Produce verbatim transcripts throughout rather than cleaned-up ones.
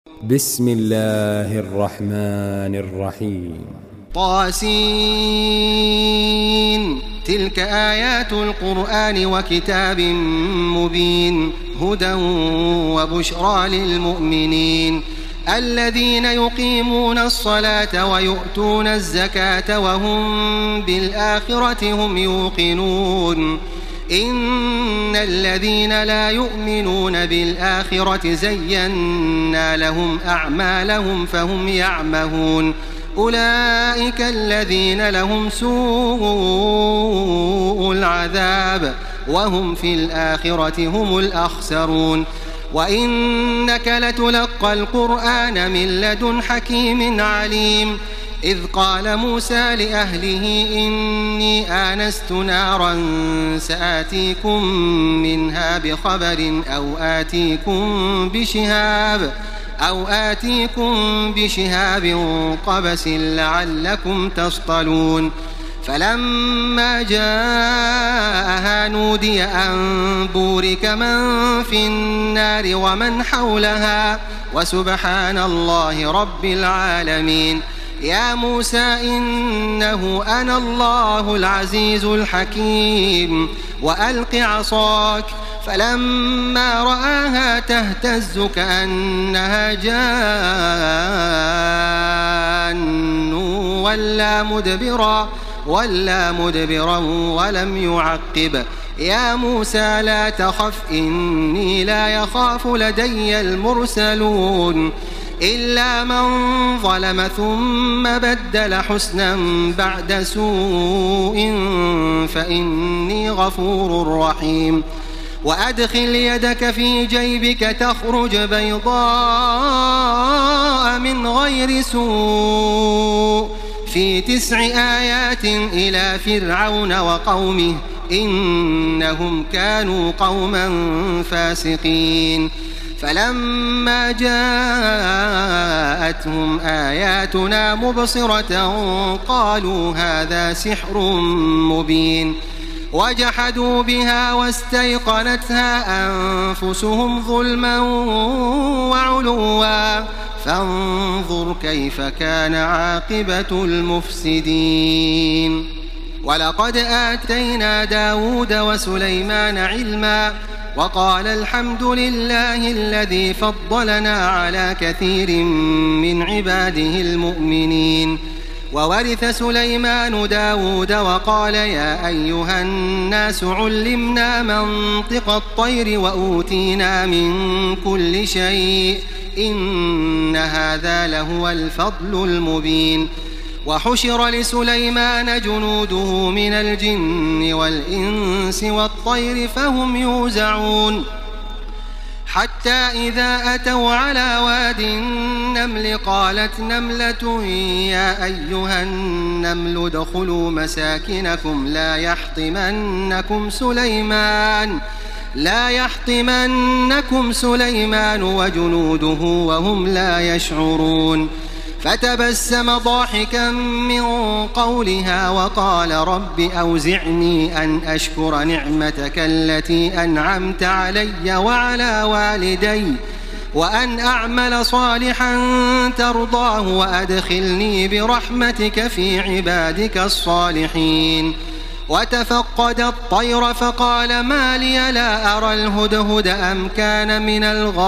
بسم الله الرحمن الرحيم. طاسين. تلك آيات القرآن وكتاب مبين هدى وبشرى للمؤمنين الذين يقيمون الصلاة ويؤتون الزكاة وهم بالآخرة هم يوقنون إن الذين لا يؤمنون بالآخرة زينا لهم أعمالهم فهم يعمهون أولئك الذين لهم سوء العذاب وهم في الآخرة هم الأخسرون وإنك لتلقى القرآن من لدن حكيم عليم إذ قال موسى لأهله إني آنست نارا سآتيكم منها بخبر أو آتيكم بشهاب أو آتيكم بشهاب قبس لعلكم تصطلون فلما جاءها نودي أن بورك من في النار ومن حولها وسبحان الله رب العالمين يا موسى إنه أنا الله العزيز الحكيم وألق عصاك فلما رآها تهتز كأنها جان ولا مدبرا ولا مدبرا ولم يعقب يا موسى لا تخف إني لا يخاف لدي المرسلون إلا من ظلم ثم بدل حسنا بعد سوء فإني غفور رحيم وأدخل يدك في جيبك تخرج بيضاء من غير سوء في تسع آيات إلى فرعون وقومه إنهم كانوا قوما فاسقين فلما جاءتهم آياتنا مبصرة قالوا هذا سحر مبين وجحدوا بها واستيقنتها أنفسهم ظلما وعلوا فانظر كيف كان عاقبة المفسدين ولقد آتينا داود وسليمان علما وقال الحمد لله الذي فضلنا على كثير من عباده المؤمنين وورث سليمان داود وقال يا أيها الناس علمنا منطق الطير وأوتينا من كل شيء إن هذا لهو الفضل المبين وحشر لسليمان جنوده من الجن والإنس والطير فهم يوزعون حتى إذا أتوا على واد النمل قالت نملة يا أيها النمل ادخلوا مساكنكم لا يحطمنكم سليمان لا يحطمنكم سليمان وجنوده وهم لا يشعرون فتبسم ضاحكا من قولها وقال رب أوزعني أن أشكر نعمتك التي أنعمت علي وعلى والدي وأن أعمل صالحا ترضاه وأدخلني برحمتك في عبادك الصالحين وتفقد الطير فقال ما لي لا أرى الهدهد أم كان من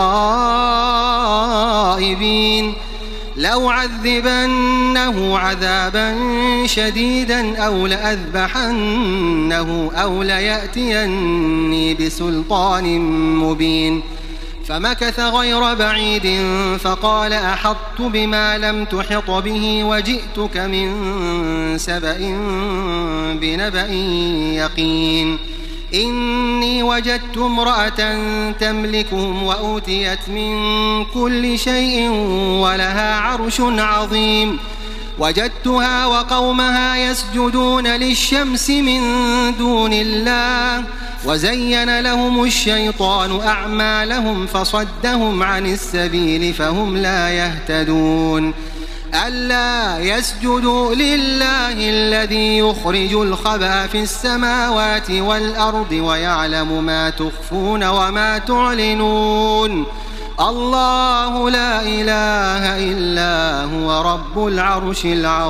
الغائبين لو عذبنه عذابا شديدا أو لأذبحنه أو ليأتيني بسلطان مبين فمكث غير بعيد فقال أحطت بما لم تحط به وجئتك من سبأ بنبأ يقين إني وجدت امرأة تملكهم وأوتيت من كل شيء ولها عرش عظيم وجدتها وقومها يسجدون للشمس من دون الله وزين لهم الشيطان أعمالهم فصدهم عن السبيل فهم لا يهتدون ألا يسجدوا لله الذي يخرج الخبأ في السماوات والأرض ويعلم ما تخفون وما تعلنون الله لا إله إلا هو رب العرش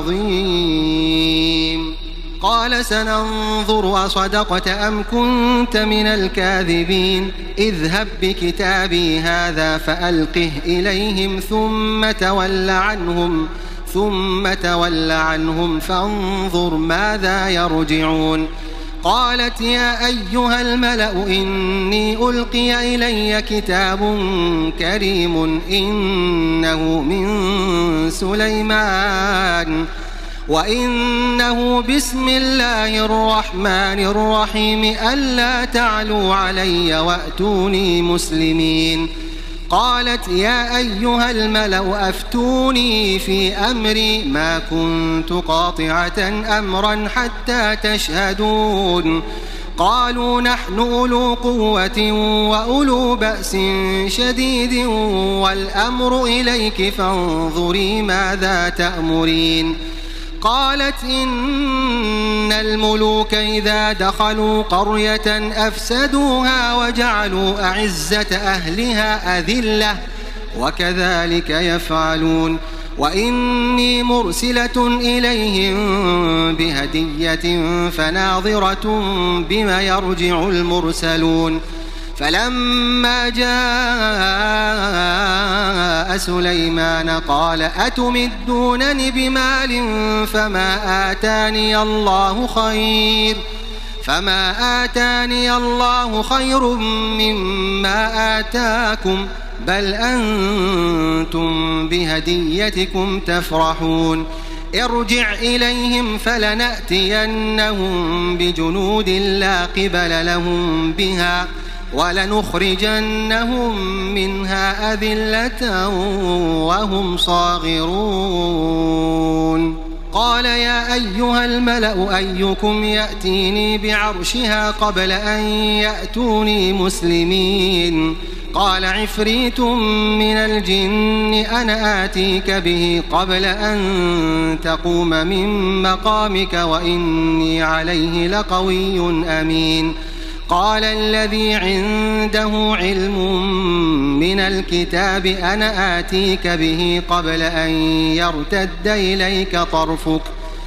العظيم. قال سننظر أصدقت أم كنت من الكاذبين اذهب بكتابي هذا فألقه إليهم ثم تول عنهم ثم تول عنهم فانظر ماذا يرجعون. قالت يا أيها الملأ إني ألقي إلي كتاب كريم إنه من سليمان وإنه بسم الله الرحمن الرحيم ألا تعلوا علي وأتوني مسلمين. قالت يا أيها الملأ أفتوني في أمري ما كنت قاطعة أمرا حتى تشهدون. قالوا نحن أولو قوة وأولو بأس شديد والأمر إليك فانظري ماذا تأمرين. قالت إن الملوك إذا دخلوا قرية أفسدوها وجعلوا أعزة أهلها أذلة وكذلك يفعلون. وإني مرسلة إليهم بهدية فناظرة بما يرجع المرسلون. فلما جاء سليمان قال أتمدونني بمال فما آتاني الله خير فما آتاني الله خير مما آتاكم بل أنتم بهديتكم تفرحون. ارجع إليهم فلنأتينهم بجنود لا قبل لهم بها ولنخرجنهم منها أذلة وهم صاغرون. قال يا أيها الملأ أيكم يأتيني بعرشها قبل أن يأتوني مسلمين. قال عفريت من الجن أنا آتيك به قبل أن تقوم من مقامك وإني عليه لقوي أمين. قال الذي عنده علم من الكتاب أنا آتيك به قبل أن يرتد إليك طرفك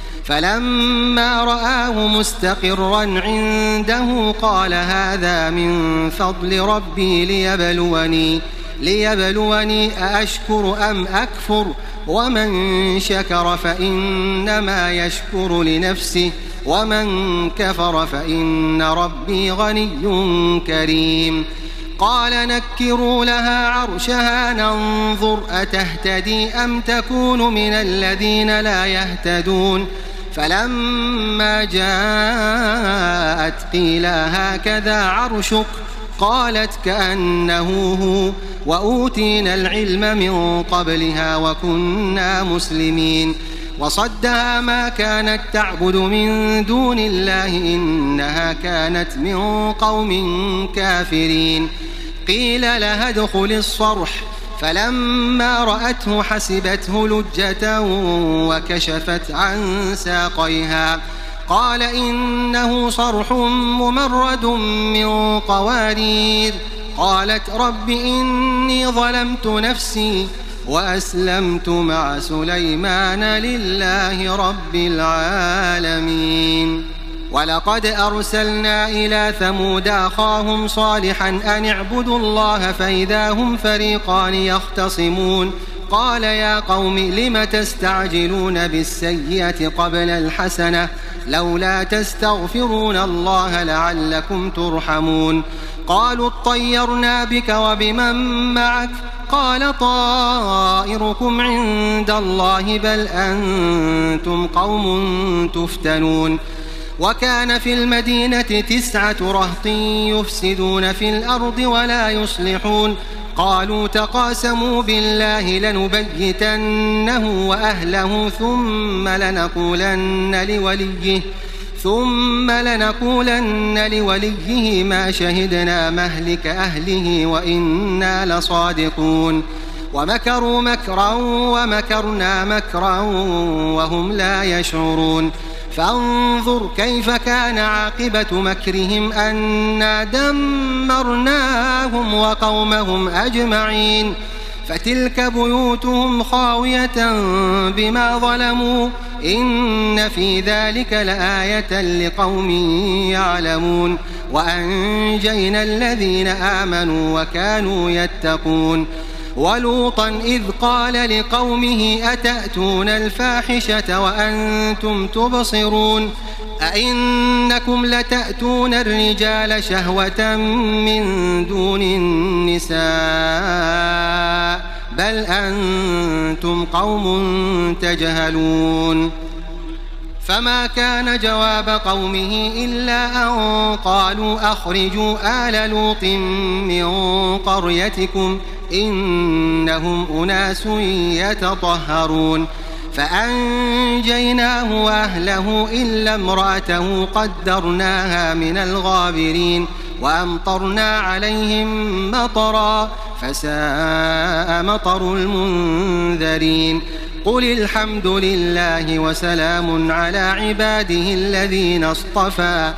فلما رآه مستقرا عنده قال هذا من فضل ربي ليبلوني ليبلوني أأشكر أم أكفر ومن شكر فإنما يشكر لنفسه ومن كفر فإن ربي غني كريم. قال نكروا لها عرشها ننظر أتهتدي أم تكون من الذين لا يهتدون. فلما جاءت قيل هكذا عرشك قالت كأنه هو وأوتينا العلم من قبلها وكنا مسلمين. وصدها ما كانت تعبد من دون الله إنها كانت من قوم كافرين. قيل لها ادخل الصرح فلما رأته حسبته لجة وكشفت عن ساقيها قال إنه صرح ممرد من قوارير. قالت رب إني ظلمت نفسي وأسلمت مع سليمان لله رب العالمين. ولقد أرسلنا إلى ثمود أخاهم صالحا أن اعبدوا الله فإذا هم فريقان يختصمون. قال يا قوم لم تستعجلون بالسيئة قبل الحسنة لولا تستغفرون الله لعلكم ترحمون. قالوا اطيرنا بك وبمن معك قال طائركم عند الله بل أنتم قوم تفتنون. وكان في المدينة تسعة رهط يفسدون في الأرض ولا يصلحون. قالوا تقاسموا بالله لنبيتنه وأهله ثم لنقولن لوليه ثم لنقولن لوليه ما شهدنا مهلك أهله وإنا لصادقون. ومكروا مكرا ومكرنا مكرا وهم لا يشعرون. فانظر كيف كان عاقبة مكرهم أنا دمرناهم وقومهم أجمعين فتلك بيوتهم خاوية بما ظلموا إن في ذلك لآية لقوم يعلمون وأنجينا الذين آمنوا وكانوا يتقون ولوطا إذ قال لقومه أتأتون الفاحشة وأنتم تبصرون أئنكم لتأتون الرجال شهوة من دون النساء بل أنتم قوم تجهلون فما كان جواب قومه إلا أن قالوا أخرجوا آل لوط من قريتكم إنهم أناس يتطهرون فأنجيناه وأهله إلا امرأته قدرناها من الغابرين وأمطرنا عليهم مطرا فساء مطر المنذرين قل الحمد لله وسلام على عباده الذين اصطفى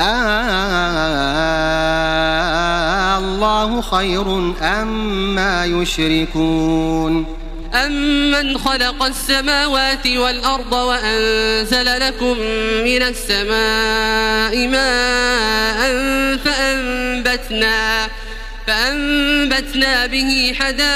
آه الله خير أما يشركون أمن خلق السماوات والأرض وأنزل لكم من السماء ماء فأنبتنا فأنبتنا به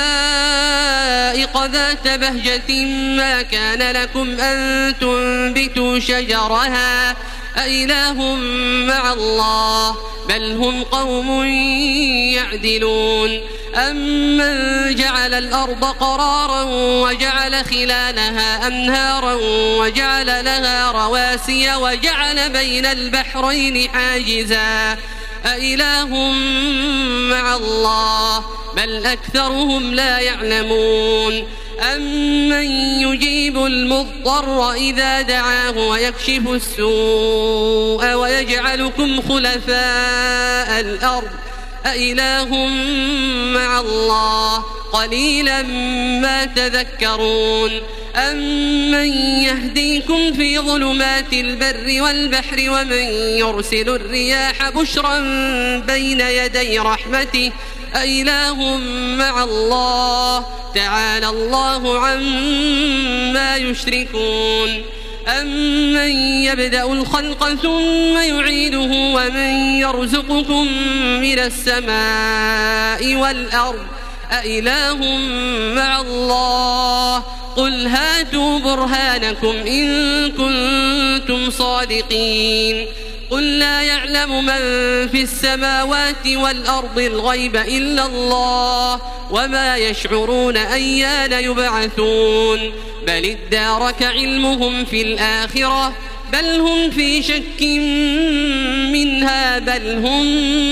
حدائق ذات بهجة ما كان لكم أن تنبتوا شجرها أإله مع الله بل هم قوم يعدلون أمن جعل الأرض قرارا وجعل خلالها أنهارا وجعل لها رواسي وجعل بين البحرين حاجزا أإله مع الله بل أكثرهم لا يعلمون أمن يجيب المضطر إذا دعاه ويكشف السوء ويجعلكم خلفاء الأرض أإله مع الله قليلا ما تذكرون أمن يهديكم في ظلمات البر والبحر ومن يرسل الرياح بشرا بين يدي رحمته أإله مع الله تعالى الله عما يشركون أمن يبدأ الخلق ثم يعيده ومن يرزقكم من السماء والأرض أإله مع الله قل هاتوا برهانكم إن كنتم صادقين قل لا يعلم من في السماوات والأرض الغيب إلا الله وما يشعرون أيان يبعثون بل ادارك علمهم في الآخرة بل هم في شك منها بل هم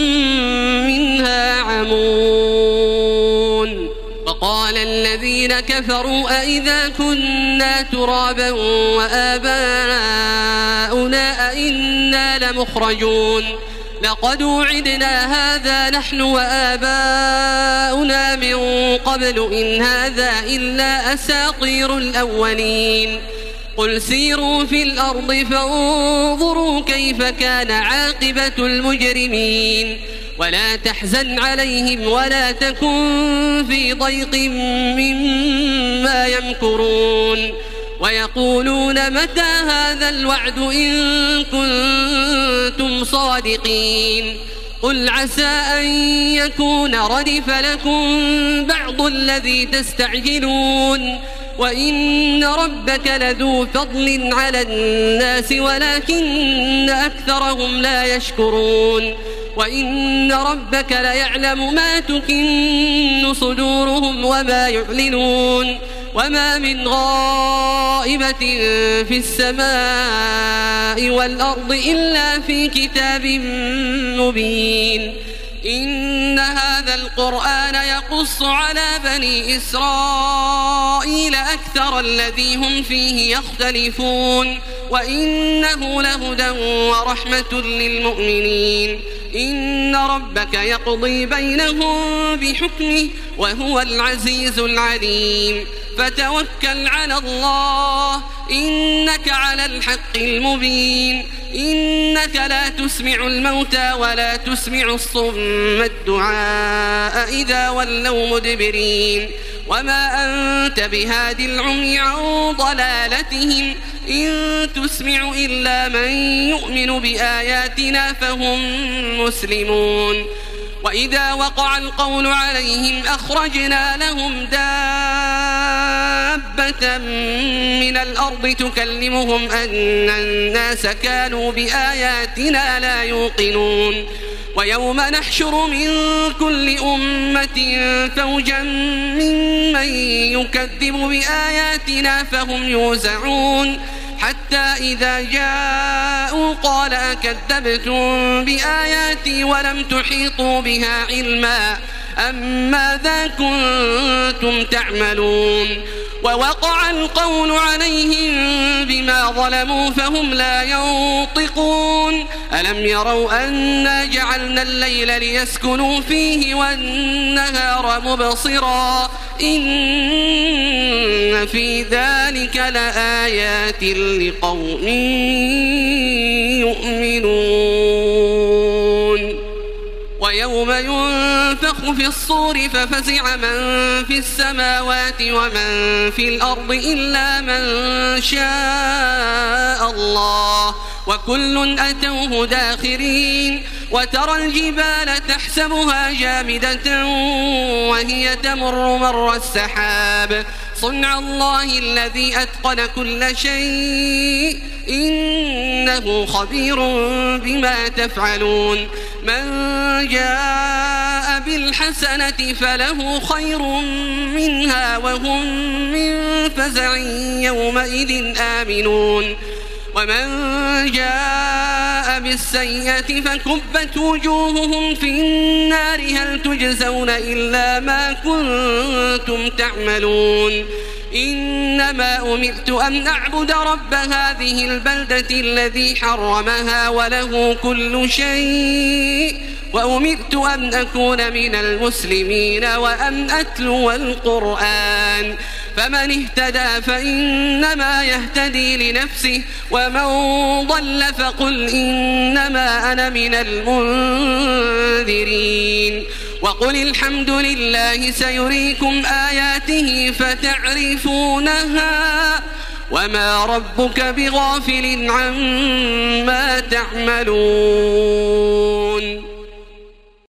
منها عمون وقال الذين كفروا أئذا كنا ترابا وآباؤنا أئنا لمخرجون لقد وعدنا هذا نحن وآباؤنا من قبل إن هذا إلا أساطير الأولين قل سيروا في الأرض فانظروا كيف كان عاقبة المجرمين ولا تحزن عليهم ولا تكن في ضيق مما يمكرون ويقولون متى هذا الوعد إن كنتم صادقين قل عسى أن يكون ردف لكم بعض الذي تستعجلون وإن ربك لذو فضل على الناس ولكن أكثرهم لا يشكرون وإن ربك ليعلم ما تكن صدورهم وما يعلنون وما من غائبة في السماء والأرض إلا في كتاب مبين إن هذا القرآن يقص على بني إسرائيل أكثر الذي هم فيه يختلفون وإنه لهدى ورحمة للمؤمنين إن ربك يقضي بينهم بحكمه وهو العزيز العليم فتوكل على الله إنك على الحق المبين إنك لا تسمع الموتى ولا تسمع الصم الدعاء إذا ولوا مدبرين وما أنت بهاد العمي عن ضلالتهم إن تسمع إلا من يؤمن بآياتنا فهم مسلمون وإذا وقع القول عليهم أخرجنا لهم دابة من الأرض تكلمهم أن الناس كانوا بآياتنا لا يوقنون ويوم نحشر من كل أمة فوجا ممن يكذب بآياتنا فهم يوزعون حتى إذا جاءوا قال أكذبتم بآياتي ولم تحيطوا بها علما أم ماذا كنتم تعملون ووقع القول عليهم بما ظلموا فهم لا ينطقون ألم يروا أنا جعلنا الليل ليسكنوا فيه والنهار مبصرا إن في ذلك لآيات لقوم يؤمنون ويوم ينفخ في الصور ففزع من في السماوات ومن في الأرض إلا من شاء الله وكل أتوه داخرين وترى الجبال تحسبها جامدة وهي تمر مر السحاب صنع الله الذي أتقن كل شيء إنه خبير بما تفعلون من جاء بالحسنة فله خير منها وهم من فزع يومئذ آمنون ومن جاء بالسيئة فكبت وجوههم في النار هل تجزون إلا ما كنتم تعملون إنما أمرت أن أعبد رب هذه البلدة الذي حرمها وله كل شيء وأمرت أن أكون من المسلمين وأن أتلو القرآن فمن اهتدى فإنما يهتدي لنفسه ومن ضل فقل إنما أنا من المنذرين وقل الحمد لله سيريكم آياته فتعرفونها وما ربك بغافل عما تعملون